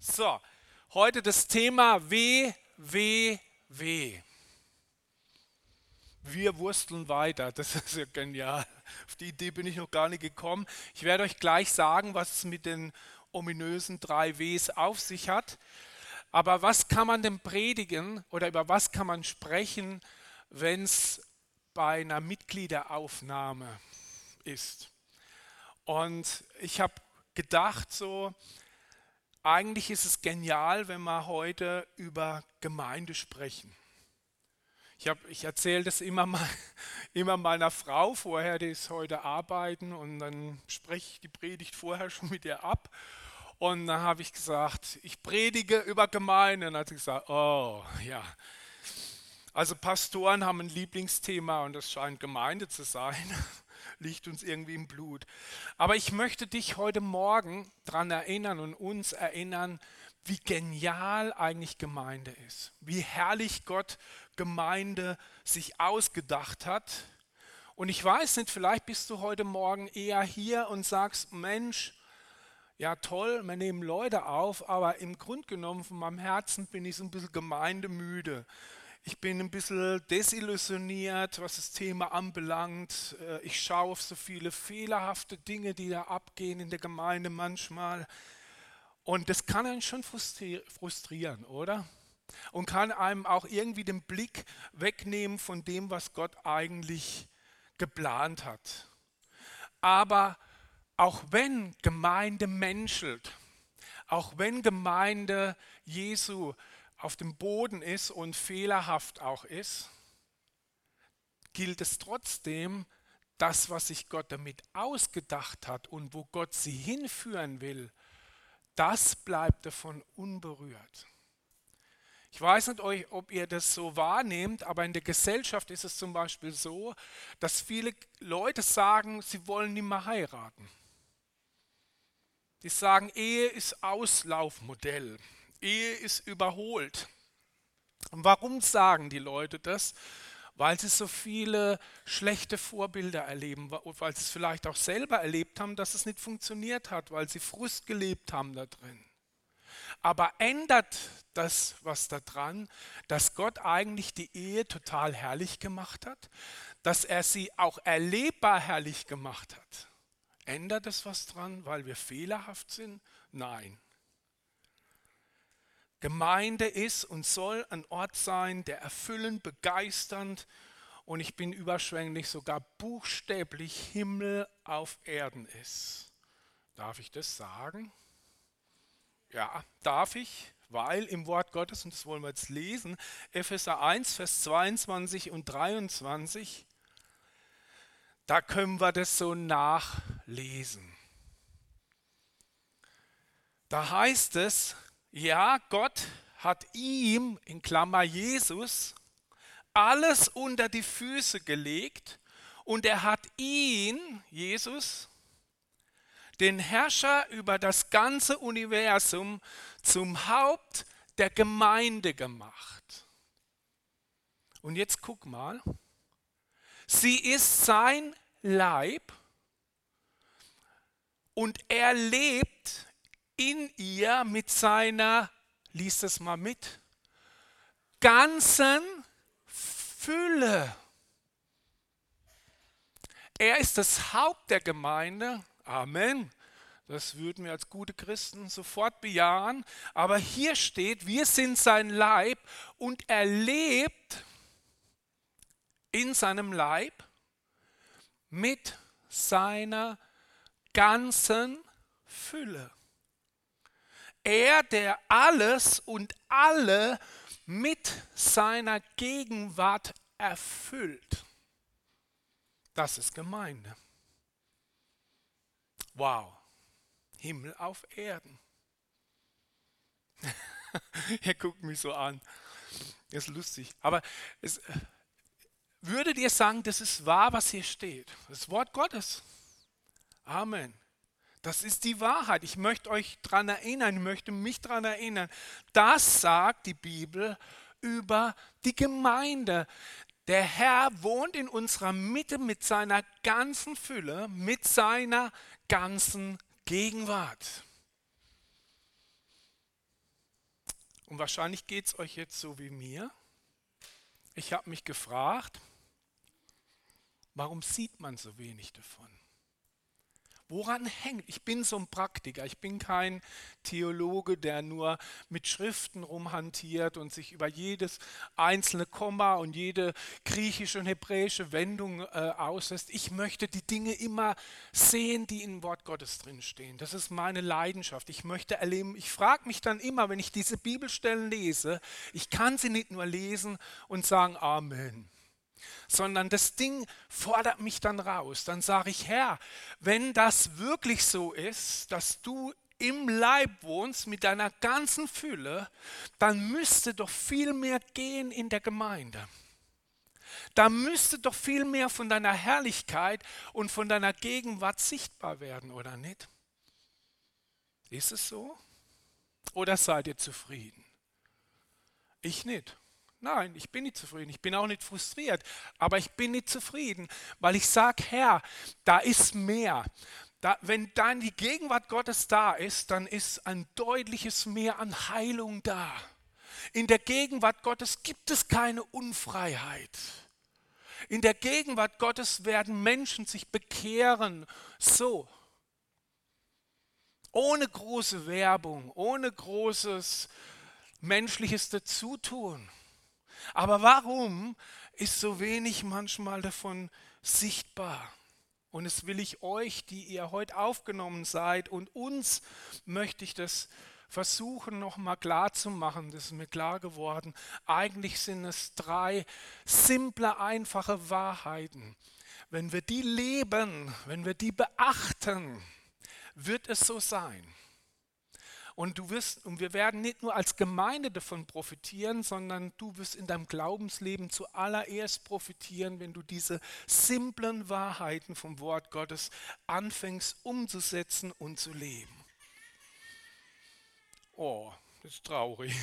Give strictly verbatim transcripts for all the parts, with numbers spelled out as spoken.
So, heute das Thema W, W, W. Wir wursteln weiter, das ist ja genial. Auf die Idee bin ich noch gar nicht gekommen. Ich werde euch gleich sagen, was es mit den ominösen drei Ws auf sich hat. Aber was kann man denn predigen oder über was kann man sprechen, wenn es bei einer Mitgliederaufnahme ist? Und ich habe gedacht, so, eigentlich ist es genial, wenn wir heute über Gemeinde sprechen. Ich, hab, ich erzähle das immer, mal, immer meiner Frau vorher, die ist heute arbeiten und dann spreche ich die Predigt vorher schon mit ihr ab. Und dann habe ich gesagt, ich predige über Gemeinde. Und dann hat sie gesagt, oh ja. Also Pastoren haben ein Lieblingsthema und das scheint Gemeinde zu sein. Liegt uns irgendwie im Blut. Aber ich möchte dich heute Morgen daran erinnern und uns erinnern, wie genial eigentlich Gemeinde ist. Wie herrlich Gott Gemeinde sich ausgedacht hat. Und ich weiß nicht, vielleicht bist du heute Morgen eher hier und sagst, Mensch, ja toll, wir nehmen Leute auf, aber im Grunde genommen von meinem Herzen bin ich so ein bisschen gemeindemüde. Ich bin ein bisschen desillusioniert, was das Thema anbelangt. Ich schaue auf so viele fehlerhafte Dinge, die da abgehen in der Gemeinde manchmal. Und das kann einen schon frustrieren, oder? Und kann einem auch irgendwie den Blick wegnehmen von dem, was Gott eigentlich geplant hat. Aber auch wenn Gemeinde menschelt, auch wenn Gemeinde Jesu auf dem Boden ist und fehlerhaft auch ist, gilt es trotzdem, das, was sich Gott damit ausgedacht hat und wo Gott sie hinführen will, das bleibt davon unberührt. Ich weiß nicht, ob ihr das so wahrnehmt, aber in der Gesellschaft ist es zum Beispiel so, dass viele Leute sagen, sie wollen nicht mehr heiraten. Die sagen, Ehe ist Auslaufmodell. Ehe ist überholt. Und warum sagen die Leute das? Weil sie so viele schlechte Vorbilder erleben, weil sie es vielleicht auch selber erlebt haben, dass es nicht funktioniert hat, weil sie Frust gelebt haben da drin. Aber ändert das was daran, dass Gott eigentlich die Ehe total herrlich gemacht hat, dass er sie auch erlebbar herrlich gemacht hat? Ändert es was dran, weil wir fehlerhaft sind? Nein. Gemeinde ist und soll ein Ort sein, der erfüllend, begeisternd und ich bin überschwänglich sogar buchstäblich Himmel auf Erden ist. Darf ich das sagen? Ja, darf ich, weil im Wort Gottes, und das wollen wir jetzt lesen, Epheser eins, Vers zweiundzwanzig und dreiundzwanzig, da können wir das so nachlesen. Da heißt es, ja, Gott hat ihm, in Klammer Jesus, alles unter die Füße gelegt und er hat ihn, Jesus, den Herrscher über das ganze Universum, zum Haupt der Gemeinde gemacht. Und jetzt guck mal, sie ist sein Leib und er lebt in ihr mit seiner, lies das mal mit, ganzen Fülle. Er ist das Haupt der Gemeinde. Amen. Das würden wir als gute Christen sofort bejahen. Aber hier steht, wir sind sein Leib und er lebt in seinem Leib mit seiner ganzen Fülle. Er, der alles und alle mit seiner Gegenwart erfüllt. Das ist Gemeinde. Wow. Himmel auf Erden. Er guckt mich so an. Das ist lustig. Aber es, würdet ihr sagen, das ist wahr, was hier steht? Das Wort Gottes. Amen. Das ist die Wahrheit. Ich möchte euch daran erinnern, ich möchte mich daran erinnern. Das sagt die Bibel über die Gemeinde. Der Herr wohnt in unserer Mitte mit seiner ganzen Fülle, mit seiner ganzen Gegenwart. Und wahrscheinlich geht es euch jetzt so wie mir. Ich habe mich gefragt, warum sieht man so wenig davon? Woran hängt? Ich bin so ein Praktiker, ich bin kein Theologe, der nur mit Schriften rumhantiert und sich über jedes einzelne Komma und jede griechische und hebräische Wendung äh, auslässt. Ich möchte die Dinge immer sehen, die im Wort Gottes drinstehen. Das ist meine Leidenschaft. Ich möchte erleben, ich frage mich dann immer, wenn ich diese Bibelstellen lese, ich kann sie nicht nur lesen und sagen Amen. Sondern das Ding fordert mich dann raus. Dann sage ich, Herr, wenn das wirklich so ist, dass du im Leib wohnst mit deiner ganzen Fülle, dann müsste doch viel mehr gehen in der Gemeinde. Da müsste doch viel mehr von deiner Herrlichkeit und von deiner Gegenwart sichtbar werden, oder nicht? Ist es so? Oder seid ihr zufrieden? Ich nicht. Nein, ich bin nicht zufrieden. Ich bin auch nicht frustriert. Aber ich bin nicht zufrieden, weil ich sage, Herr, da ist mehr. Da, wenn dann die Gegenwart Gottes da ist, dann ist ein deutliches Mehr an Heilung da. In der Gegenwart Gottes gibt es keine Unfreiheit. In der Gegenwart Gottes werden Menschen sich bekehren. So. Ohne große Werbung, ohne großes menschliches Dazutun. Aber warum ist so wenig manchmal davon sichtbar? Und es will ich euch, die ihr heute aufgenommen seid, und uns möchte ich das versuchen nochmal klar zu machen. Das ist mir klar geworden. Eigentlich sind es drei simple, einfache Wahrheiten. Wenn wir die leben, wenn wir die beachten, wird es so sein. Und du wirst, und wir werden nicht nur als Gemeinde davon profitieren, sondern du wirst in deinem Glaubensleben zuallererst profitieren, wenn du diese simplen Wahrheiten vom Wort Gottes anfängst umzusetzen und zu leben. Oh, das ist traurig.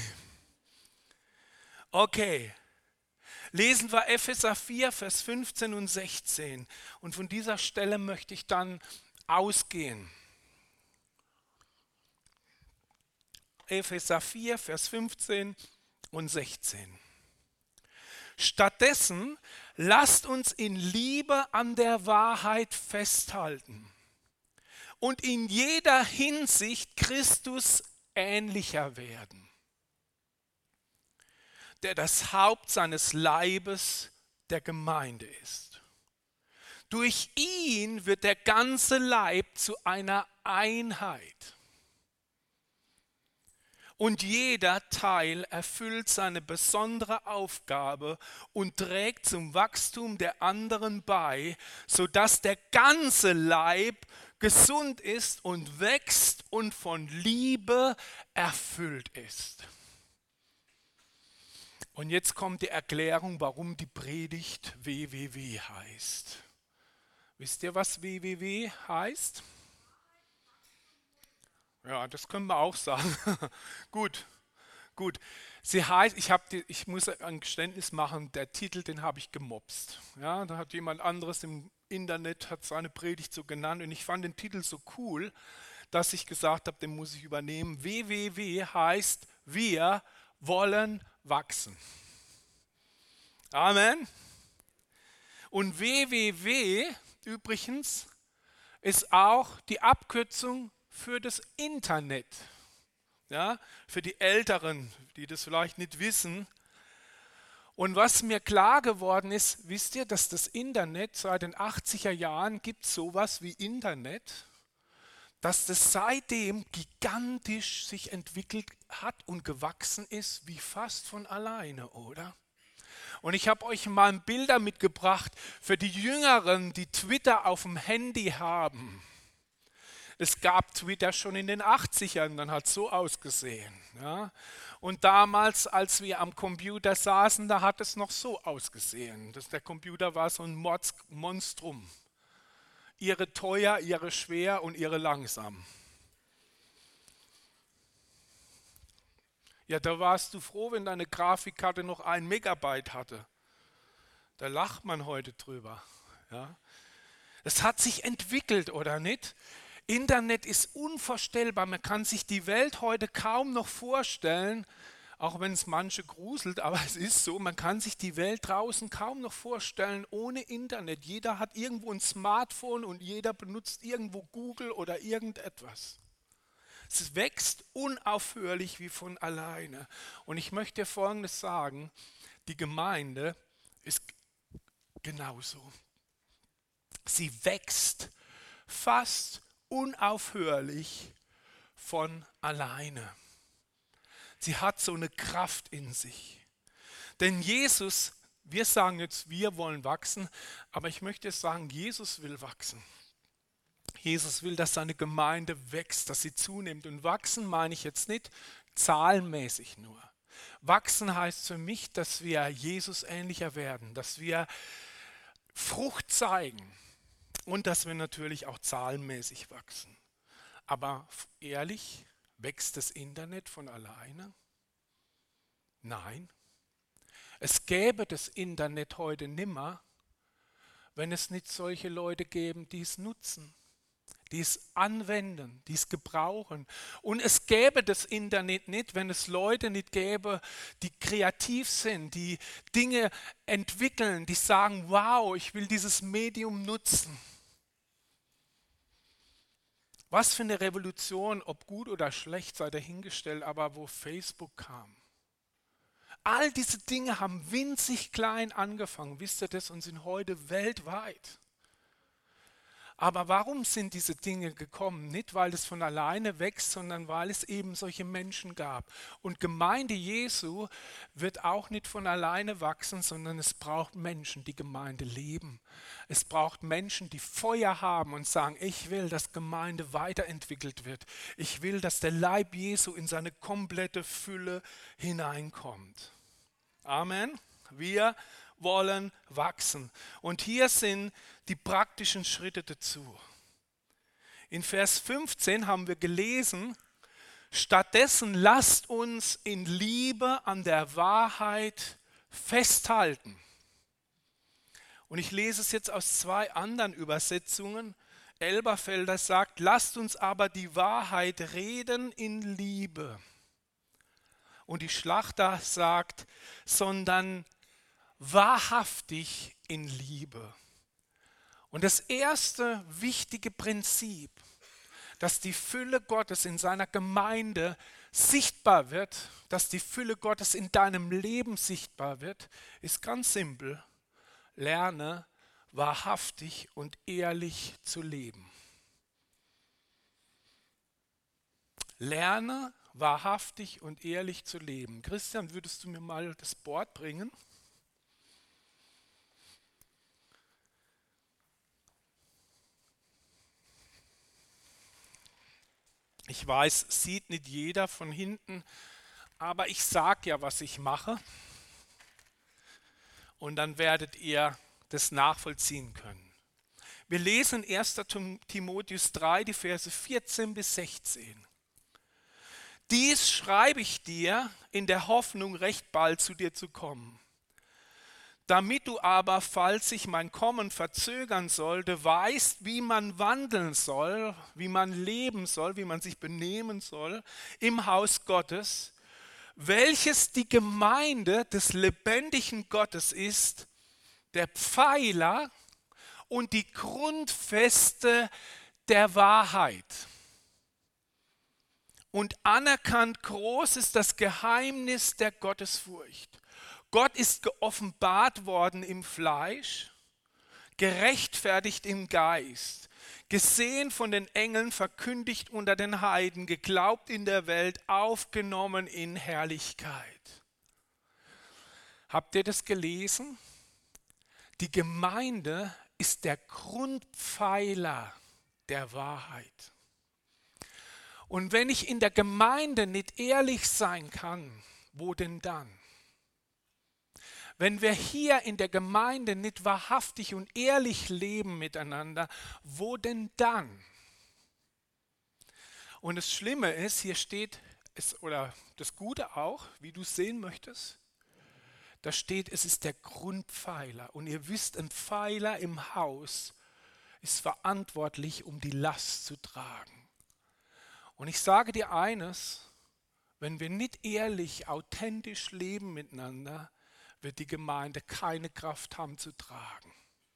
Okay, lesen wir Epheser vier, Vers fünfzehn und sechzehn. Und von dieser Stelle möchte ich dann ausgehen. Epheser vier, Vers fünfzehn und sechzehn. Stattdessen lasst uns in Liebe an der Wahrheit festhalten und in jeder Hinsicht Christus ähnlicher werden, der das Haupt seines Leibes der Gemeinde ist. Durch ihn wird der ganze Leib zu einer Einheit. Und jeder Teil erfüllt seine besondere Aufgabe und trägt zum Wachstum der anderen bei, sodass der ganze Leib gesund ist und wächst und von Liebe erfüllt ist. Und jetzt kommt die Erklärung, warum die Predigt W W W heißt. Wisst ihr, was W W W heißt? Ja, das können wir auch sagen. Gut, gut. Sie heißt, ich, hab die, ich muss ein Geständnis machen, der Titel, den habe ich gemopst. Ja, da hat jemand anderes im Internet, hat seine Predigt so genannt und ich fand den Titel so cool, dass ich gesagt habe, den muss ich übernehmen. W W W heißt, wir wollen wachsen. Amen. Und W W W übrigens ist auch die Abkürzung für das Internet. Ja, für die Älteren, die das vielleicht nicht wissen. Und was mir klar geworden ist, wisst ihr, dass das Internet seit den achtziger Jahren gibt sowas wie Internet, dass das seitdem gigantisch sich entwickelt hat und gewachsen ist, wie fast von alleine, oder? Und ich habe euch mal Bilder mitgebracht für die Jüngeren, die Twitter auf dem Handy haben. Es gab Twitter schon in den achtzigern, dann hat es so ausgesehen. Ja? Und damals, als wir am Computer saßen, da hat es noch so ausgesehen. Das, der Computer war so ein Mords Monstrum. Ihre teuer, ihre schwer und ihre langsam. Ja, da warst du froh, wenn deine Grafikkarte noch ein Megabyte hatte. Da lacht man heute drüber. Ja? Das hat sich entwickelt, oder nicht? Internet ist unvorstellbar. Man kann sich die Welt heute kaum noch vorstellen, Auch wenn es manche gruselt, aber es ist so, man kann sich die Welt draußen kaum noch vorstellen ohne Internet. Jeder hat irgendwo ein Smartphone und jeder benutzt irgendwo Google oder irgendetwas. Es wächst unaufhörlich wie von alleine. Und ich möchte dir Folgendes sagen, die Gemeinde ist genauso. Sie wächst fast unaufhörlich von alleine. Sie hat so eine Kraft in sich. Denn Jesus, wir sagen jetzt, wir wollen wachsen, aber ich möchte sagen, Jesus will wachsen. Jesus will, dass seine Gemeinde wächst, dass sie zunimmt. Und wachsen meine ich jetzt nicht zahlenmäßig nur. Wachsen heißt für mich, dass wir Jesus ähnlicher werden, dass wir Frucht zeigen und dass wir natürlich auch zahlenmäßig wachsen. Aber ehrlich, wächst das Internet von alleine? Nein. Es gäbe das Internet heute nimmer, wenn es nicht solche Leute gäben, die es nutzen, die es anwenden, die es gebrauchen. Und es gäbe das Internet nicht, wenn es Leute nicht gäbe, die kreativ sind, die Dinge entwickeln, die sagen, wow, ich will dieses Medium nutzen. Was für eine Revolution, ob gut oder schlecht, sei dahingestellt, aber wo Facebook kam. All diese Dinge haben winzig klein angefangen, wisst ihr das, und sind heute weltweit. Aber warum sind diese Dinge gekommen? Nicht, weil es von alleine wächst, sondern weil es eben solche Menschen gab. Und Gemeinde Jesu wird auch nicht von alleine wachsen, sondern es braucht Menschen, die Gemeinde leben. Es braucht Menschen, die Feuer haben und sagen, ich will, dass Gemeinde weiterentwickelt wird. Ich will, dass der Leib Jesu in seine komplette Fülle hineinkommt. Amen. Wir wollen wachsen. Und hier sind die praktischen Schritte dazu. In Vers fünfzehn haben wir gelesen, stattdessen lasst uns in Liebe an der Wahrheit festhalten. Und ich lese es jetzt aus zwei anderen Übersetzungen. Elberfelder sagt, lasst uns aber die Wahrheit reden in Liebe. Und die Schlachter sagt, sondern wahrhaftig in Liebe. Und das erste wichtige Prinzip, dass die Fülle Gottes in seiner Gemeinde sichtbar wird, dass die Fülle Gottes in deinem Leben sichtbar wird, ist ganz simpel. Lerne wahrhaftig und ehrlich zu leben. Lerne wahrhaftig und ehrlich zu leben. Christian, würdest du mir mal das Board bringen? Ich weiß, sieht nicht jeder von hinten, aber ich sage ja, was ich mache. Und dann werdet ihr das nachvollziehen können. Wir lesen erster Timotheus drei, die Verse vierzehn bis sechzehn. Dies schreibe ich dir in der Hoffnung, recht bald zu dir zu kommen. Damit du aber, falls sich mein Kommen verzögern sollte, weißt, wie man wandeln soll, wie man leben soll, wie man sich benehmen soll im Haus Gottes, welches die Gemeinde des lebendigen Gottes ist, der Pfeiler und die Grundfeste der Wahrheit. Und anerkannt groß ist das Geheimnis der Gottesfurcht. Gott ist geoffenbart worden im Fleisch, gerechtfertigt im Geist, gesehen von den Engeln, verkündigt unter den Heiden, geglaubt in der Welt, aufgenommen in Herrlichkeit. Habt ihr das gelesen? Die Gemeinde ist der Grundpfeiler der Wahrheit. Und wenn ich in der Gemeinde nicht ehrlich sein kann, wo denn dann? Wenn wir hier in der Gemeinde nicht wahrhaftig und ehrlich leben miteinander, wo denn dann? Und das Schlimme ist, hier steht, es, oder das Gute auch, wie du es sehen möchtest, da steht, es ist der Grundpfeiler. Und ihr wisst, ein Pfeiler im Haus ist verantwortlich, um die Last zu tragen. Und ich sage dir eines, Wenn wir nicht ehrlich, authentisch leben miteinander, wird die Gemeinde keine Kraft haben zu tragen.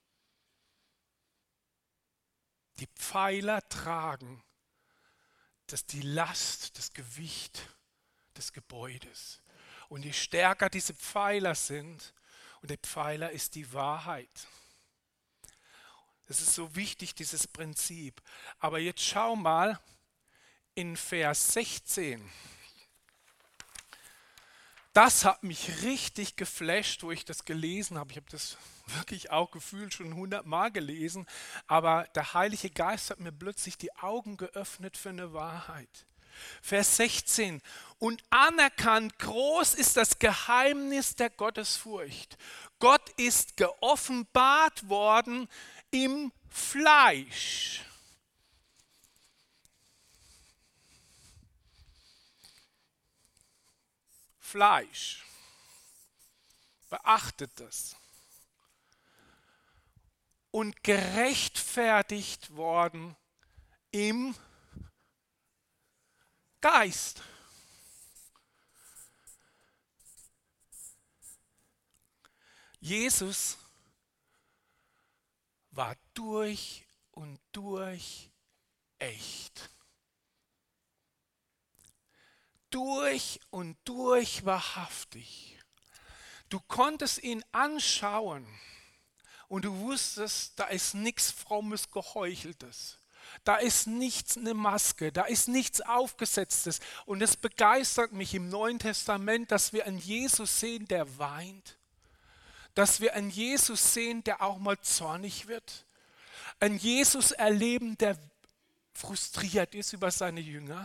Die Pfeiler tragen das die Last, das Gewicht des Gebäudes. Und je stärker diese Pfeiler sind, und der Pfeiler ist die Wahrheit. Das ist so wichtig, dieses Prinzip. Aber jetzt schau mal in Vers sechzehn. Das hat mich richtig geflasht, wo ich das gelesen habe. Ich habe das wirklich auch gefühlt schon hundertmal gelesen. Aber der Heilige Geist hat mir plötzlich die Augen geöffnet für eine Wahrheit. Vers sechzehn. Und anerkannt groß ist das Geheimnis der Gottesfurcht. Gott ist geoffenbart worden im Fleisch. Fleisch. Beachtet das. Und gerechtfertigt worden im Geist. Jesus war durch und durch echt. Durch und durch wahrhaftig. Du konntest ihn anschauen und du wusstest, da ist nichts Frommes, Geheucheltes. Da ist nichts eine Maske, da ist nichts Aufgesetztes. Und es begeistert mich im Neuen Testament, dass wir einen Jesus sehen, der weint. Dass wir einen Jesus sehen, der auch mal zornig wird. Einen Jesus erleben, der frustriert ist über seine Jünger.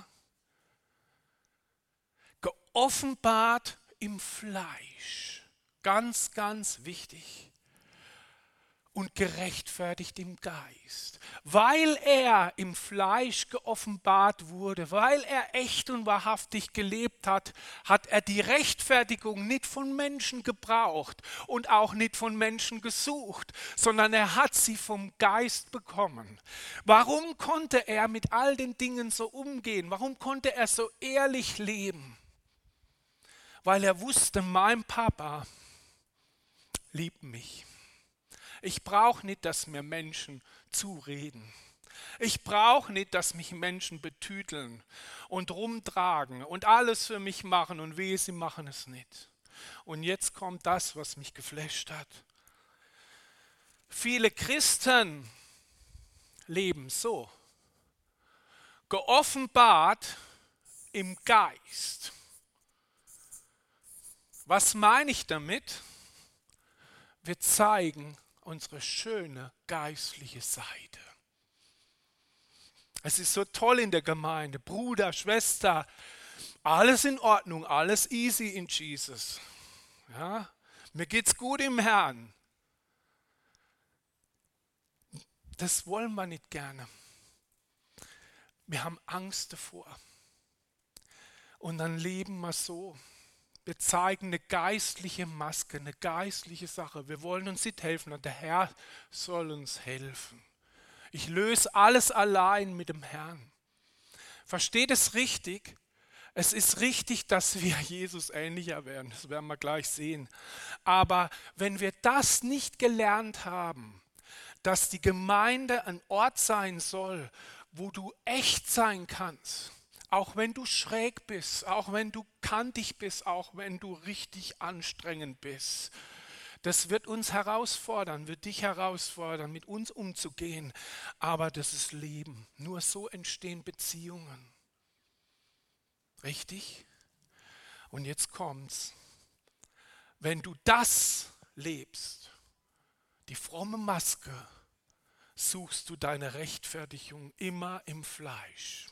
Geoffenbart im Fleisch. Ganz, ganz wichtig. Und gerechtfertigt im Geist. Weil er im Fleisch geoffenbart wurde, weil er echt und wahrhaftig gelebt hat, hat er die Rechtfertigung nicht von Menschen gebraucht und auch nicht von Menschen gesucht, sondern er hat sie vom Geist bekommen. Warum konnte er mit all den Dingen so umgehen? Warum konnte er so ehrlich leben? Weil er wusste, mein Papa liebt mich. Ich brauche nicht, dass mir Menschen zureden. Ich brauche nicht, dass mich Menschen betüteln und rumtragen und alles für mich machen und wehe, sie machen es nicht. Und jetzt kommt das, was mich geflasht hat. Viele Christen leben so, geoffenbart im Geist. Was meine ich damit? Wir zeigen unsere schöne geistliche Seite. Es ist so toll in der Gemeinde, Bruder, Schwester, alles in Ordnung, alles easy in Jesus. Ja, mir geht's gut im Herrn. Das wollen wir nicht gerne. Wir haben Angst davor. Und dann leben wir so. Wir zeigen eine geistliche Maske, eine geistliche Sache. Wir wollen uns nicht helfen und der Herr soll uns helfen. Ich löse alles allein mit dem Herrn. Versteht es richtig? Es ist richtig, dass wir Jesus ähnlicher werden. Das werden wir gleich sehen. Aber wenn wir das nicht gelernt haben, dass die Gemeinde ein Ort sein soll, wo du echt sein kannst, auch wenn du schräg bist, auch wenn du kantig bist, auch wenn du richtig anstrengend bist. Das wird uns herausfordern, wird dich herausfordern, mit uns umzugehen. Aber das ist Leben. Nur so entstehen Beziehungen. Richtig? Und jetzt kommt's. Wenn du das lebst, die fromme Maske, suchst du deine Rechtfertigung immer im Fleisch.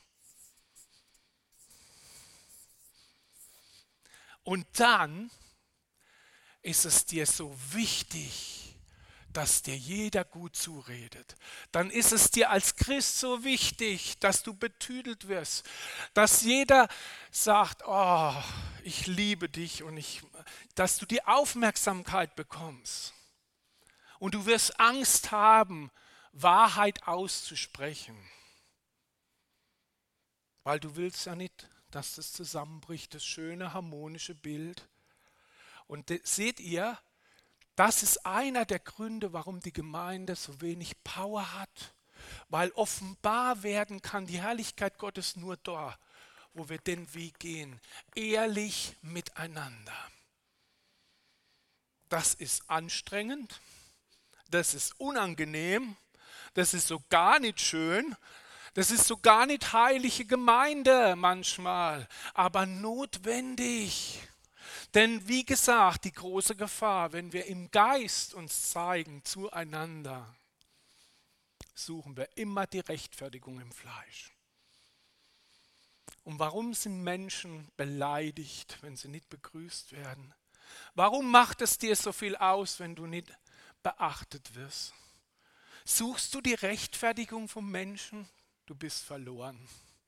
Und dann ist es dir so wichtig, dass dir jeder gut zuredet. Dann ist es dir als Christ so wichtig, dass du betüdelt wirst, dass jeder sagt, oh, ich liebe dich und ich, dass du die Aufmerksamkeit bekommst. Und du wirst Angst haben, Wahrheit auszusprechen, weil du willst ja nicht dass das zusammenbricht, das schöne, harmonische Bild. Und de- seht ihr, das ist einer der Gründe, warum die Gemeinde so wenig Power hat. Weil offenbar werden kann die Herrlichkeit Gottes nur da, wo wir den Weg gehen. Ehrlich miteinander. Das ist anstrengend, das ist unangenehm, das ist so gar nicht schön, das ist so gar nicht heilige Gemeinde manchmal, aber notwendig. Denn wie gesagt, die große Gefahr, wenn wir im Geist uns zeigen zueinander, suchen wir immer die Rechtfertigung im Fleisch. Und warum sind Menschen beleidigt, wenn sie nicht begrüßt werden? Warum macht es dir so viel aus, wenn du nicht beachtet wirst? Suchst du die Rechtfertigung vom Menschen? Du bist verloren.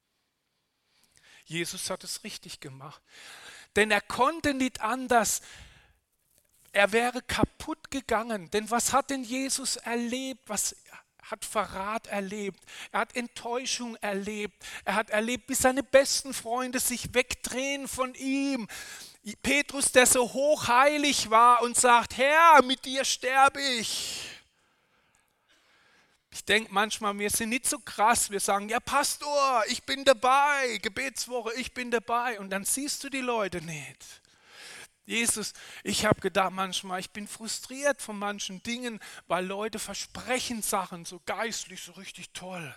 Jesus hat es richtig gemacht. Denn er konnte nicht anders. Er wäre kaputt gegangen. Denn was hat denn Jesus erlebt? Was hat Verrat erlebt? Er hat Enttäuschung erlebt. Er hat erlebt, bis seine besten Freunde sich wegdrehen von ihm. Petrus, der so hochheilig war und sagt, Herr, mit dir sterbe ich. Ich denke manchmal, wir sind nicht so krass. Wir sagen, ja Pastor, ich bin dabei, Gebetswoche, ich bin dabei. Und dann siehst du die Leute nicht. Jesus, ich habe gedacht manchmal, ich bin frustriert von manchen Dingen, weil Leute versprechen Sachen so geistlich, so richtig toll.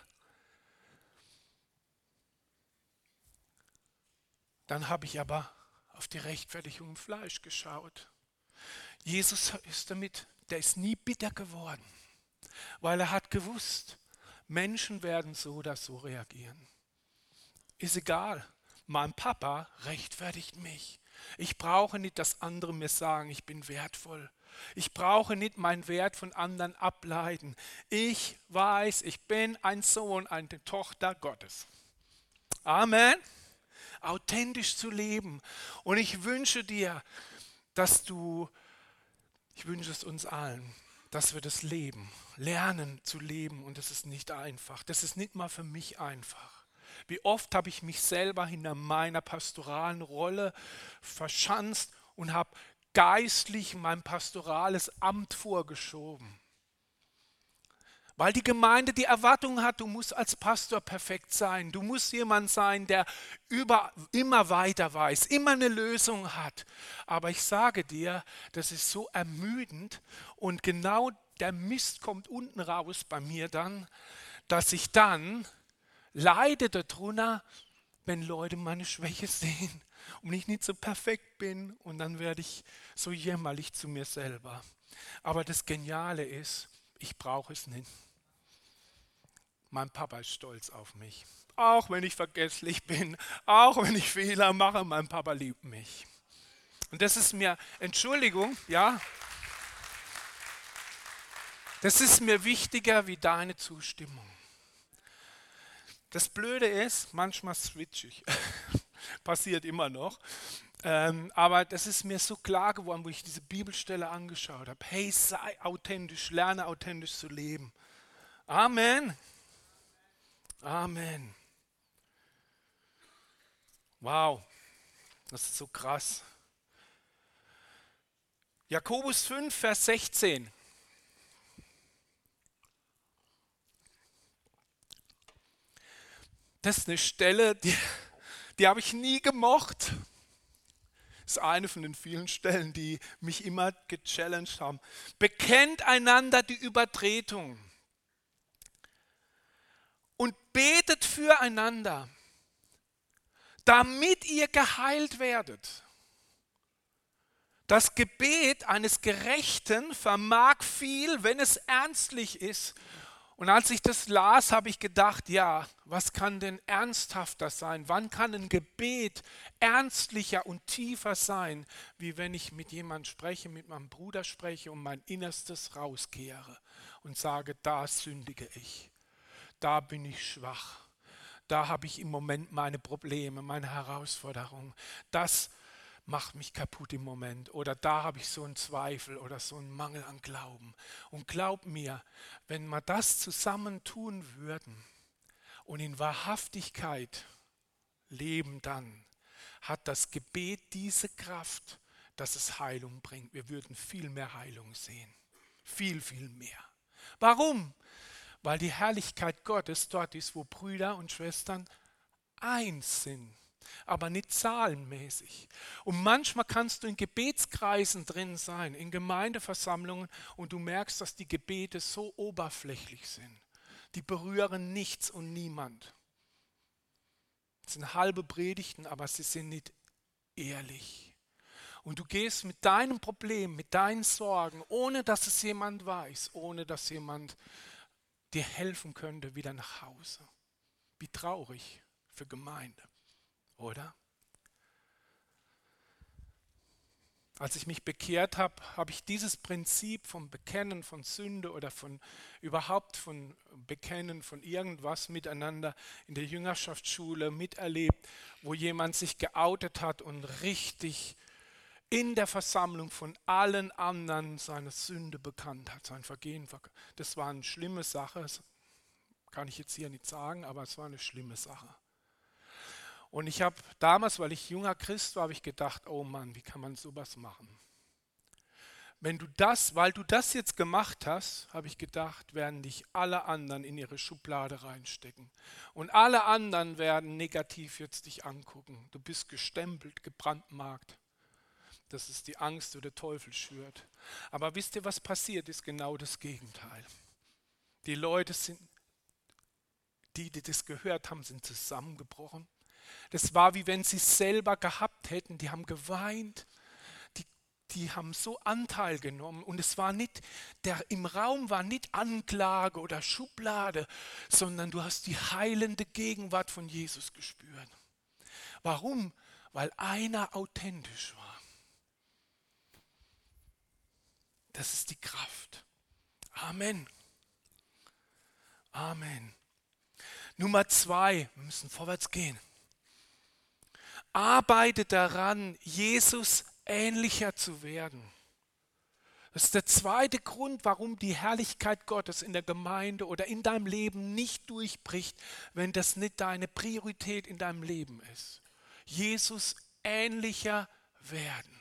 Dann habe ich aber auf die Rechtfertigung im Fleisch geschaut. Jesus ist damit, der ist nie bitter geworden, weil er hat gewusst, Menschen werden so oder so reagieren. Ist egal, mein Papa rechtfertigt mich. Ich brauche nicht, dass andere mir sagen, ich bin wertvoll. Ich brauche nicht meinen Wert von anderen ableiten. Ich weiß, ich bin ein Sohn, eine Tochter Gottes. Amen. Authentisch zu leben. Und ich wünsche dir, dass du, ich wünsche es uns allen, dass wir das leben, lernen zu leben. Und das ist nicht einfach. Das ist nicht mal für mich einfach. Wie oft habe ich mich selber hinter meiner pastoralen Rolle verschanzt und habe geistlich mein pastorales Amt vorgeschoben. Weil die Gemeinde die Erwartung hat, du musst als Pastor perfekt sein. Du musst jemand sein, der über, immer weiter weiß, immer eine Lösung hat. Aber ich sage dir, das ist so ermüdend und genau der Mist kommt unten raus bei mir dann, dass ich dann leide darunter, wenn Leute meine Schwäche sehen und ich nicht so perfekt bin und dann werde ich so jämmerlich zu mir selber. Aber das Geniale ist, ich brauche es nicht. Mein Papa ist stolz auf mich. Auch wenn ich vergesslich bin, auch wenn ich Fehler mache, mein Papa liebt mich. Und das ist mir, Entschuldigung, ja, das ist mir wichtiger wie deine Zustimmung. Das Blöde ist, manchmal switche ich. Passiert immer noch. Ähm, aber das ist mir so klar geworden, wo ich diese Bibelstelle angeschaut habe. Hey, sei authentisch, lerne authentisch zu leben. Amen. Amen. Wow, das ist so krass. Jakobus fünf, Vers sechzehn. Das ist eine Stelle, die, die habe ich nie gemocht. Das ist eine von den vielen Stellen, die mich immer gechallenged haben. Bekennt einander die Übertretung und betet füreinander, damit ihr geheilt werdet. Das Gebet eines Gerechten vermag viel, wenn es ernstlich ist. Und als ich das las, habe ich gedacht, ja, was kann denn ernsthafter sein? Wann kann ein Gebet ernstlicher und tiefer sein, wie wenn ich mit jemandem spreche, mit meinem Bruder spreche und mein Innerstes rauskehre und sage, da sündige ich, da bin ich schwach, da habe ich im Moment meine Probleme, meine Herausforderungen. Das macht mich kaputt im Moment oder da habe ich so einen Zweifel oder so einen Mangel an Glauben. Und glaub mir, wenn wir das zusammen tun würden und in Wahrhaftigkeit Leben dann hat das Gebet diese Kraft, dass es Heilung bringt. Wir würden viel mehr Heilung sehen. Viel, viel mehr. Warum? Weil die Herrlichkeit Gottes dort ist, wo Brüder und Schwestern eins sind, aber nicht zahlenmäßig. Und manchmal kannst du in Gebetskreisen drin sein, in Gemeindeversammlungen, und du merkst, dass die Gebete so oberflächlich sind. Die berühren nichts und niemand. Es sind halbe Predigten, aber sie sind nicht ehrlich. Und du gehst mit deinem Problem, mit deinen Sorgen, ohne dass es jemand weiß, ohne dass jemand dir helfen könnte, wieder nach Hause. Wie traurig für Gemeinde, oder? Als ich mich bekehrt habe, habe ich dieses Prinzip vom Bekennen von Sünde oder von überhaupt von Bekennen von irgendwas miteinander in der Jüngerschaftsschule miterlebt, wo jemand sich geoutet hat und richtig in der Versammlung von allen anderen seine Sünde bekannt hat, sein Vergehen. Das war eine schlimme Sache, das kann ich jetzt hier nicht sagen, aber es war eine schlimme Sache. Und ich habe damals, weil ich junger Christ war, habe ich gedacht, oh Mann, wie kann man sowas machen? Wenn du das, weil du das jetzt gemacht hast, habe ich gedacht, werden dich alle anderen in ihre Schublade reinstecken. Und alle anderen werden negativ jetzt dich angucken. Du bist gestempelt, gebrandmarkt. Das ist die Angst, die der Teufel schürt. Aber wisst ihr, was passiert ist? Genau das Gegenteil. Die Leute sind, die, die das gehört haben, sind zusammengebrochen. Das war, wie wenn sie es selber gehabt hätten. Die haben geweint, die, die haben so Anteil genommen. Und es war nicht, der im Raum war nicht Anklage oder Schublade, sondern du hast die heilende Gegenwart von Jesus gespürt. Warum? Weil einer authentisch war. Das ist die Kraft. Amen. Amen. Nummer zwei, wir müssen vorwärts gehen. Arbeite daran, Jesus ähnlicher zu werden. Das ist der zweite Grund, warum die Herrlichkeit Gottes in der Gemeinde oder in deinem Leben nicht durchbricht, wenn das nicht deine Priorität in deinem Leben ist. Jesus ähnlicher werden.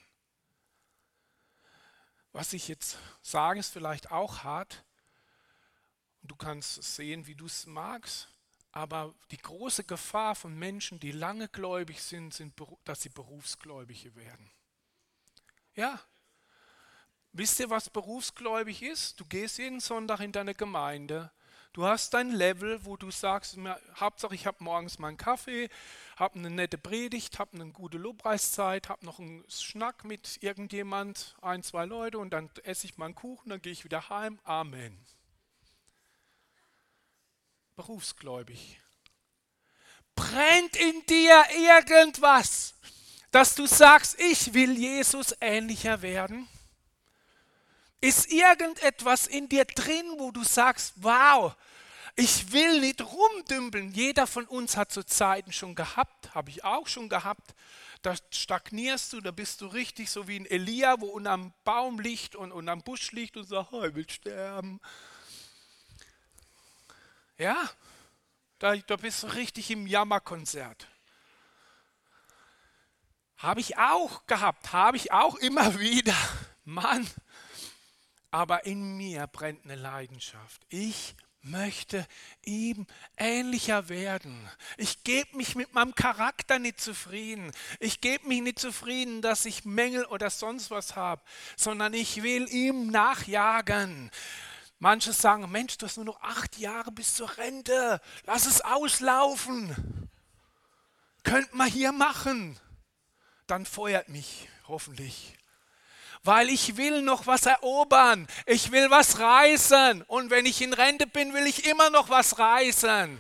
Was ich jetzt sage, ist vielleicht auch hart. Du kannst es sehen, wie du es magst. Aber die große Gefahr von Menschen, die lange gläubig sind, sind, dass sie Berufsgläubige werden. Ja. Wisst ihr, was berufsgläubig ist? Du gehst jeden Sonntag in deine Gemeinde. Du hast dein Level, wo du sagst, Hauptsache ich habe morgens meinen Kaffee, habe eine nette Predigt, habe eine gute Lobpreiszeit, habe noch einen Schnack mit irgendjemand, ein, zwei Leute und dann esse ich meinen Kuchen, dann gehe ich wieder heim. Amen. Berufsgläubig. Brennt in dir irgendwas, dass du sagst, ich will Jesus ähnlicher werden? Ist irgendetwas in dir drin, wo du sagst, wow, ich will nicht rumdümpeln. Jeder von uns hat so Zeiten schon gehabt, habe ich auch schon gehabt. Da stagnierst du, da bist du richtig so wie ein Elia, wo unterm Baum liegt und unterm Busch liegt und sagt, oh, ich will sterben. Ja, da, da bist du richtig im Jammerkonzert. Habe ich auch gehabt, habe ich auch immer wieder. Mann, aber in mir brennt eine Leidenschaft. Ich möchte ihm ähnlicher werden. Ich gebe mich mit meinem Charakter nicht zufrieden. Ich gebe mich nicht zufrieden, dass ich Mängel oder sonst was habe, sondern ich will ihm nachjagen. Manche sagen, Mensch, du hast nur noch acht Jahre bis zur Rente. Lass es auslaufen. Könnt man hier machen. Dann feuert mich, hoffentlich. Weil ich will noch was erobern. Ich will was reißen. Und wenn ich in Rente bin, will ich immer noch was reißen.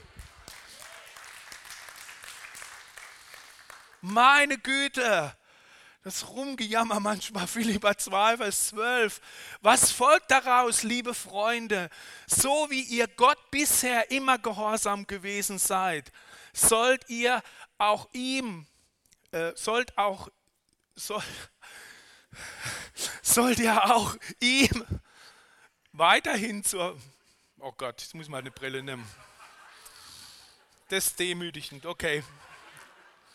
Meine Güte. Das Rumgejammer manchmal, Philipper zwei, Vers zwölf. Was folgt daraus, liebe Freunde? So wie ihr Gott bisher immer gehorsam gewesen seid, sollt ihr auch ihm, äh, sollt auch, soll, sollt ihr auch ihm weiterhin zur, oh Gott, jetzt muss ich mal eine Brille nehmen. Das ist demütigend, okay.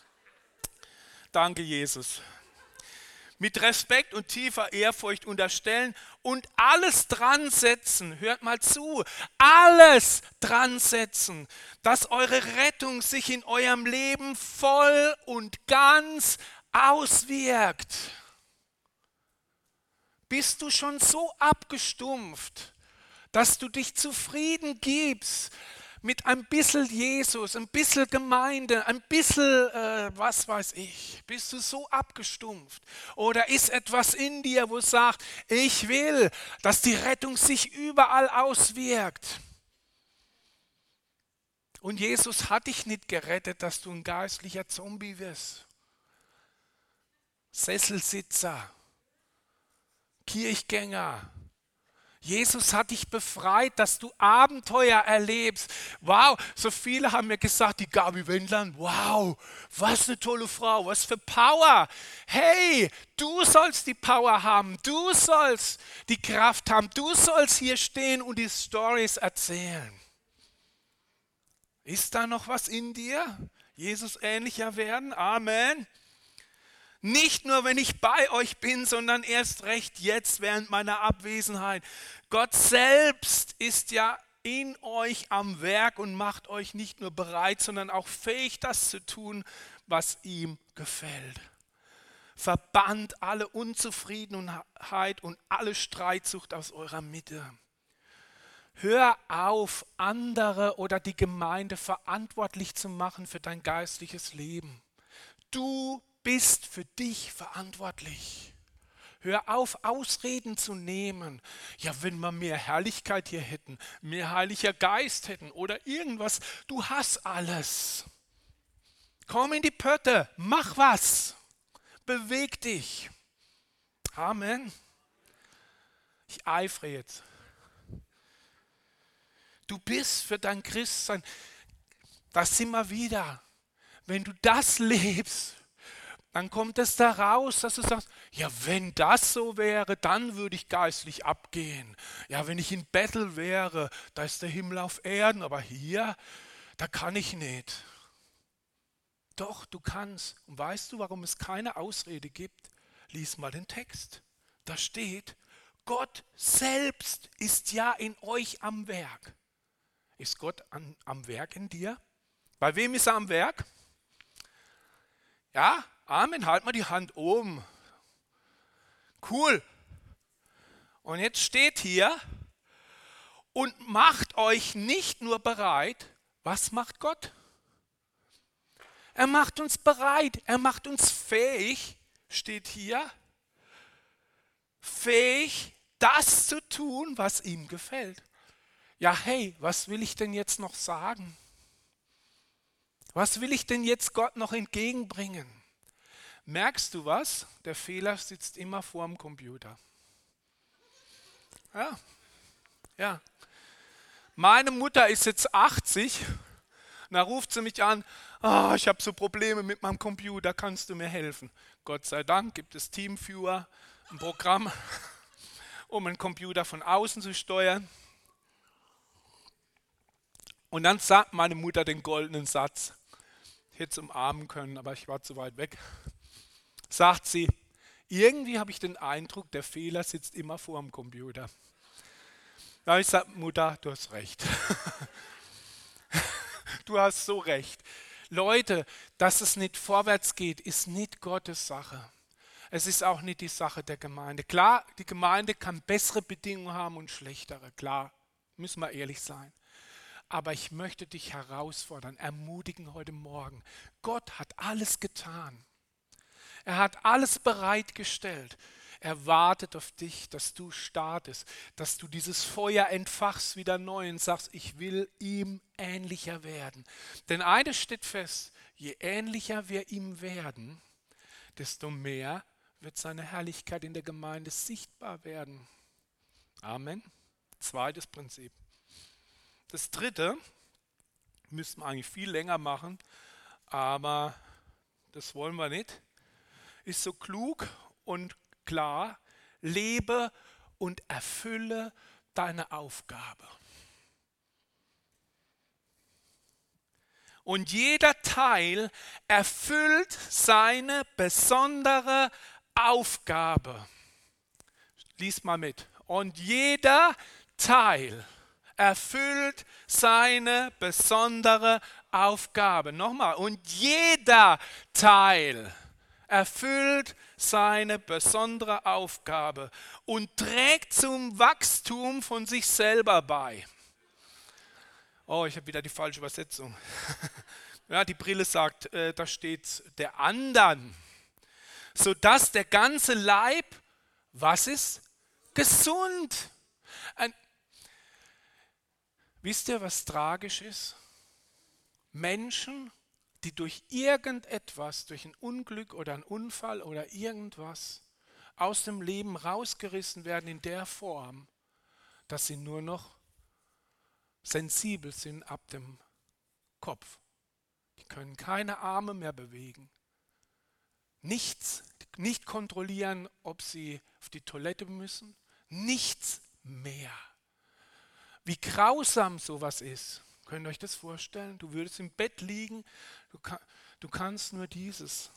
Danke, Jesus. Mit Respekt und tiefer Ehrfurcht unterstellen und alles dran setzen, hört mal zu, alles dran setzen, dass eure Rettung sich in eurem Leben voll und ganz auswirkt. Bist du schon so abgestumpft, dass du dich zufrieden gibst mit ein bisschen Jesus, ein bisschen Gemeinde, ein bisschen, äh, was weiß ich, bist du so abgestumpft? Oder ist etwas in dir, wo es sagt, ich will, dass die Rettung sich überall auswirkt? Und Jesus hat dich nicht gerettet, dass du ein geistlicher Zombie wirst. Sesselsitzer, Kirchgänger. Jesus hat dich befreit, dass du Abenteuer erlebst. Wow, so viele haben mir gesagt, die Gabi Wendland, wow, was eine tolle Frau, was für Power. Hey, du sollst die Power haben, du sollst die Kraft haben, du sollst hier stehen und die Storys erzählen. Ist da noch was in dir? Jesus ähnlicher werden? Amen. Nicht nur, wenn ich bei euch bin, sondern erst recht jetzt während meiner Abwesenheit. Gott selbst ist ja in euch am Werk und macht euch nicht nur bereit, sondern auch fähig, das zu tun, was ihm gefällt. Verbannt alle Unzufriedenheit und alle Streitsucht aus eurer Mitte. Hör auf, andere oder die Gemeinde verantwortlich zu machen für dein geistliches Leben. Du bist für dich verantwortlich. Hör auf, Ausreden zu nehmen. Ja, wenn wir mehr Herrlichkeit hier hätten, mehr Heiliger Geist hätten oder irgendwas, du hast alles. Komm in die Pötte, mach was, beweg dich. Amen. Ich eifere jetzt. Du bist für dein Christsein, das sind wir wieder. Wenn du das lebst, dann kommt es da raus, dass du sagst, ja, wenn das so wäre, dann würde ich geistlich abgehen. Ja, wenn ich in Bethel wäre, da ist der Himmel auf Erden, aber hier, da kann ich nicht. Doch, du kannst. Und weißt du, warum es keine Ausrede gibt? Lies mal den Text. Da steht, Gott selbst ist ja in euch am Werk. Ist Gott an, am Werk in dir? Bei wem ist er am Werk? Ja, Amen, halt mal die Hand oben. Cool. Und jetzt steht hier und macht euch nicht nur bereit. Was macht Gott? Er macht uns bereit, er macht uns fähig, steht hier, fähig, das zu tun, was ihm gefällt. Ja, hey, was will ich denn jetzt noch sagen? Was will ich denn jetzt Gott noch entgegenbringen? Merkst du was? Der Fehler sitzt immer vor dem Computer. Ja, ja. Meine Mutter ist jetzt achtzig und da ruft sie mich an, oh, ich habe so Probleme mit meinem Computer, kannst du mir helfen? Gott sei Dank gibt es Teamviewer, ein Programm, um einen Computer von außen zu steuern. Und dann sagt meine Mutter den goldenen Satz. Ich hätte es umarmen können, aber ich war zu weit weg. Sagt sie, irgendwie habe ich den Eindruck, der Fehler sitzt immer vor dem Computer. Da habe ich gesagt, Mutter, du hast recht. Du hast so recht. Leute, dass es nicht vorwärts geht, ist nicht Gottes Sache. Es ist auch nicht die Sache der Gemeinde. Klar, die Gemeinde kann bessere Bedingungen haben und schlechtere. Klar, müssen wir ehrlich sein. Aber ich möchte dich herausfordern, ermutigen heute Morgen. Gott hat alles getan. Er hat alles bereitgestellt. Er wartet auf dich, dass du startest, dass du dieses Feuer entfachst wieder neu und sagst, ich will ihm ähnlicher werden. Denn eines steht fest, je ähnlicher wir ihm werden, desto mehr wird seine Herrlichkeit in der Gemeinde sichtbar werden. Amen. Zweites Prinzip. Das dritte, müssten wir eigentlich viel länger machen, aber das wollen wir nicht, ist so klug und klar, lebe und erfülle deine Aufgabe. Und jeder Teil erfüllt seine besondere Aufgabe. Lies mal mit. Und jeder Teil erfüllt seine besondere Aufgabe. Nochmal. Und jeder Teil erfüllt seine besondere Aufgabe und trägt zum Wachstum von sich selber bei. Oh, ich habe wieder die falsche Übersetzung. Ja, die Brille sagt, äh, da steht der anderen, sodass der ganze Leib, was ist? Gesund. Ein, wisst ihr, was tragisch ist? Menschen, die durch irgendetwas, durch ein Unglück oder einen Unfall oder irgendwas aus dem Leben rausgerissen werden in der Form, dass sie nur noch sensibel sind ab dem Kopf. Die können keine Arme mehr bewegen. Nichts, nicht kontrollieren, ob sie auf die Toilette müssen. Nichts mehr. Wie grausam sowas ist. Könnt ihr euch das vorstellen? Du würdest im Bett liegen, du, kann, du kannst nur dieses.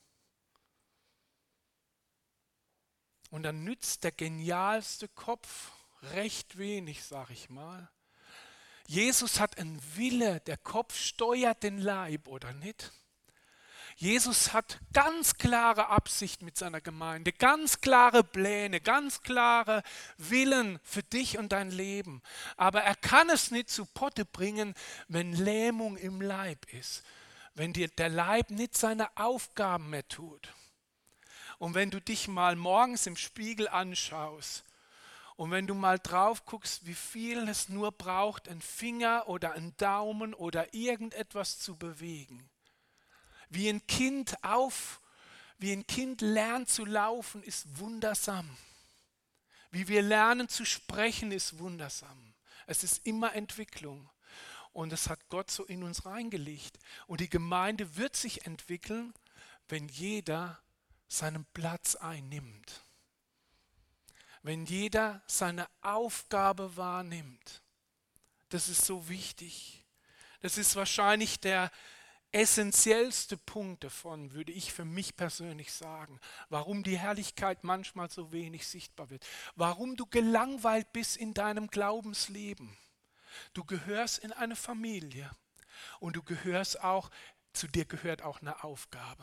Und dann nützt der genialste Kopf recht wenig, sag ich mal. Jesus hat einen Wille, der Kopf steuert den Leib, oder nicht? Jesus hat ganz klare Absicht mit seiner Gemeinde, ganz klare Pläne, ganz klare Willen für dich und dein Leben. Aber er kann es nicht zu Potte bringen, wenn Lähmung im Leib ist, wenn dir der Leib nicht seine Aufgaben mehr tut. Und wenn du dich mal morgens im Spiegel anschaust, und wenn du mal drauf guckst, wie viel es nur braucht, einen Finger oder einen Daumen oder irgendetwas zu bewegen. Wie ein Kind auf, wie ein Kind lernt zu laufen, ist wundersam. Wie wir lernen zu sprechen, ist wundersam. Es ist immer Entwicklung. Und das hat Gott so in uns reingelegt. Und die Gemeinde wird sich entwickeln, wenn jeder seinen Platz einnimmt. Wenn jeder seine Aufgabe wahrnimmt. Das ist so wichtig. Das ist wahrscheinlich der essentiellste Punkt davon, würde ich für mich persönlich sagen. Warum die Herrlichkeit manchmal so wenig sichtbar wird. Warum du gelangweilt bist in deinem Glaubensleben. Du gehörst in eine Familie und du gehörst auch, zu dir gehört auch eine Aufgabe.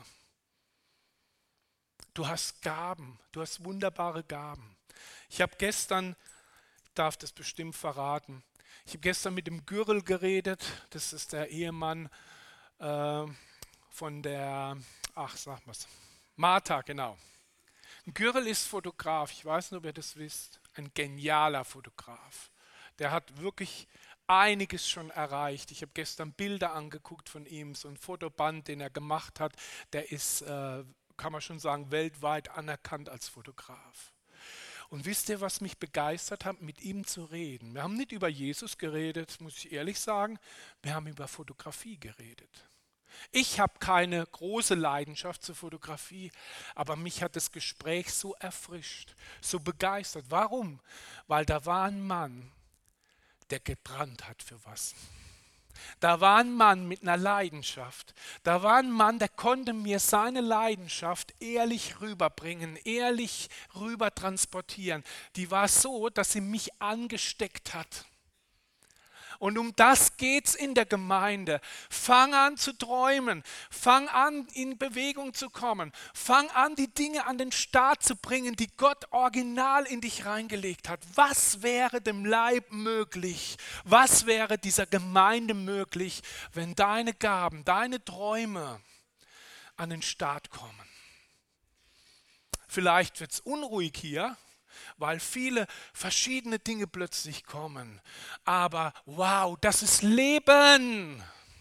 Du hast Gaben, du hast wunderbare Gaben. Ich habe gestern, ich darf das bestimmt verraten, ich habe gestern mit dem Gürrel geredet, das ist der Ehemann äh, von der, ach sag mal's, Martha, genau. Gürrel ist Fotograf, ich weiß nicht, ob ihr das wisst, ein genialer Fotograf. Der hat wirklich einiges schon erreicht. Ich habe gestern Bilder angeguckt von ihm, so ein Fotoband, den er gemacht hat, der ist, äh, kann man schon sagen, weltweit anerkannt als Fotograf. Und wisst ihr, was mich begeistert hat, mit ihm zu reden? Wir haben nicht über Jesus geredet, muss ich ehrlich sagen, wir haben über Fotografie geredet. Ich habe keine große Leidenschaft zur Fotografie, aber mich hat das Gespräch so erfrischt, so begeistert. Warum? Weil da war ein Mann, der gebrannt hat für was. Da war ein Mann mit einer Leidenschaft. Da war ein Mann, der konnte mir seine Leidenschaft ehrlich rüberbringen, ehrlich rüber transportieren. Die war so, dass sie mich angesteckt hat. Und um das geht es in der Gemeinde. Fang an zu träumen. Fang an, in Bewegung zu kommen. Fang an, die Dinge an den Start zu bringen, die Gott original in dich reingelegt hat. Was wäre dem Leib möglich? Was wäre dieser Gemeinde möglich, wenn deine Gaben, deine Träume an den Start kommen? Vielleicht wird es unruhig hier, weil viele verschiedene Dinge plötzlich kommen. Aber wow, das ist Leben.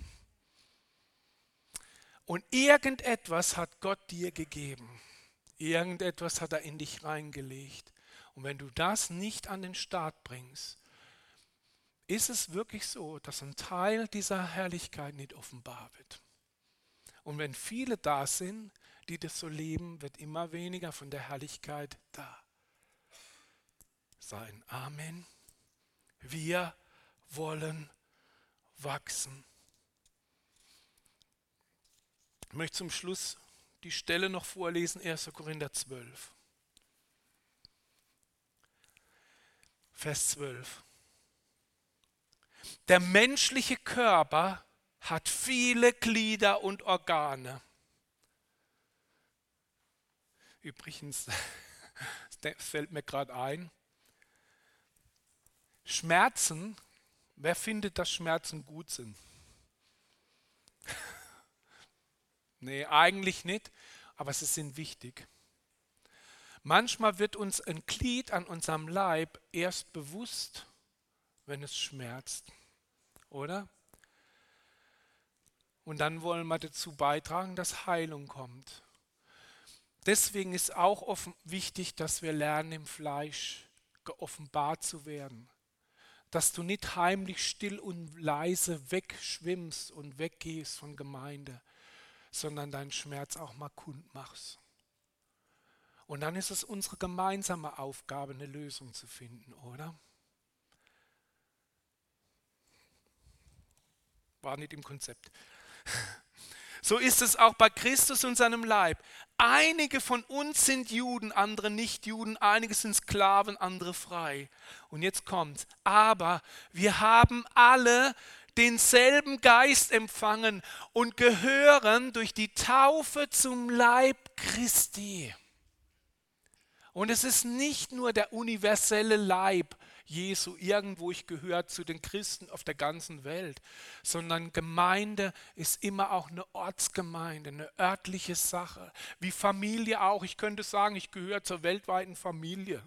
Und irgendetwas hat Gott dir gegeben. Irgendetwas hat er in dich reingelegt. Und wenn du das nicht an den Start bringst, ist es wirklich so, dass ein Teil dieser Herrlichkeit nicht offenbar wird. Und wenn viele da sind, die das so leben, wird immer weniger von der Herrlichkeit da sein. Amen. Wir wollen wachsen. möchte zum Schluss die Stelle noch vorlesen, erster Korinther zwölf. Vers zwölf. Der menschliche Körper hat viele Glieder und Organe. Übrigens, das fällt mir gerade ein, Schmerzen, wer findet, dass Schmerzen gut sind? Nee, eigentlich nicht, aber sie sind wichtig. Manchmal wird uns ein Glied an unserem Leib erst bewusst, wenn es schmerzt, oder? Und dann wollen wir dazu beitragen, dass Heilung kommt. Deswegen ist auch offen wichtig, dass wir lernen, im Fleisch geoffenbart zu werden. Dass du nicht heimlich still und leise wegschwimmst und weggehst von Gemeinde, sondern deinen Schmerz auch mal kund machst. Und dann ist es unsere gemeinsame Aufgabe, eine Lösung zu finden, oder? War nicht im Konzept. So ist es auch bei Christus und seinem Leib. Einige von uns sind Juden, andere nicht Juden, einige sind Sklaven, andere frei. Und jetzt kommt's. Aber wir haben alle denselben Geist empfangen und gehören durch die Taufe zum Leib Christi. Und es ist nicht nur der universelle Leib Jesu, irgendwo ich gehöre zu den Christen auf der ganzen Welt, sondern Gemeinde ist immer auch eine Ortsgemeinde, eine örtliche Sache. Wie Familie auch. Ich könnte sagen, ich gehöre zur weltweiten Familie.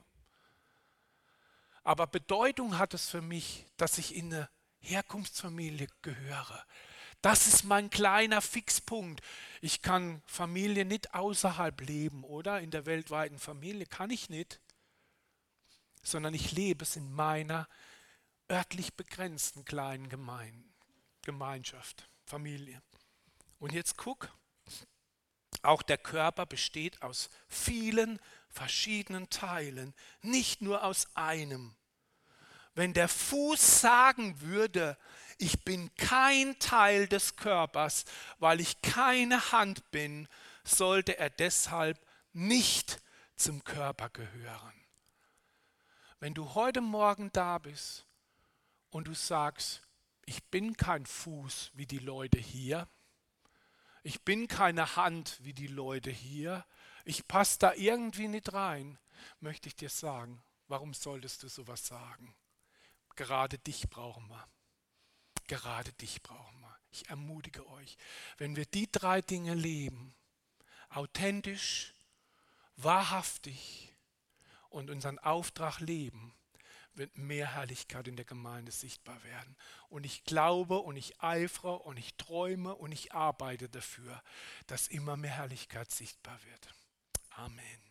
Aber Bedeutung hat es für mich, dass ich in eine Herkunftsfamilie gehöre. Das ist mein kleiner Fixpunkt. Ich kann Familie nicht außerhalb leben, oder? In der weltweiten Familie kann ich nicht. Sondern ich lebe es in meiner örtlich begrenzten kleinen Gemeinde, Gemeinschaft, Familie. Und jetzt guck, auch der Körper besteht aus vielen verschiedenen Teilen, nicht nur aus einem. Wenn der Fuß sagen würde, ich bin kein Teil des Körpers, weil ich keine Hand bin, sollte er deshalb nicht zum Körper gehören. Wenn du heute Morgen da bist und du sagst, ich bin kein Fuß wie die Leute hier, ich bin keine Hand wie die Leute hier, ich passe da irgendwie nicht rein, möchte ich dir sagen, warum solltest du sowas sagen? Gerade dich brauchen wir. Gerade dich brauchen wir. Ich ermutige euch, wenn wir die drei Dinge leben, authentisch, wahrhaftig und unseren Auftrag leben, wird mehr Herrlichkeit in der Gemeinde sichtbar werden. Und ich glaube und ich eifere und ich träume und ich arbeite dafür, dass immer mehr Herrlichkeit sichtbar wird. Amen.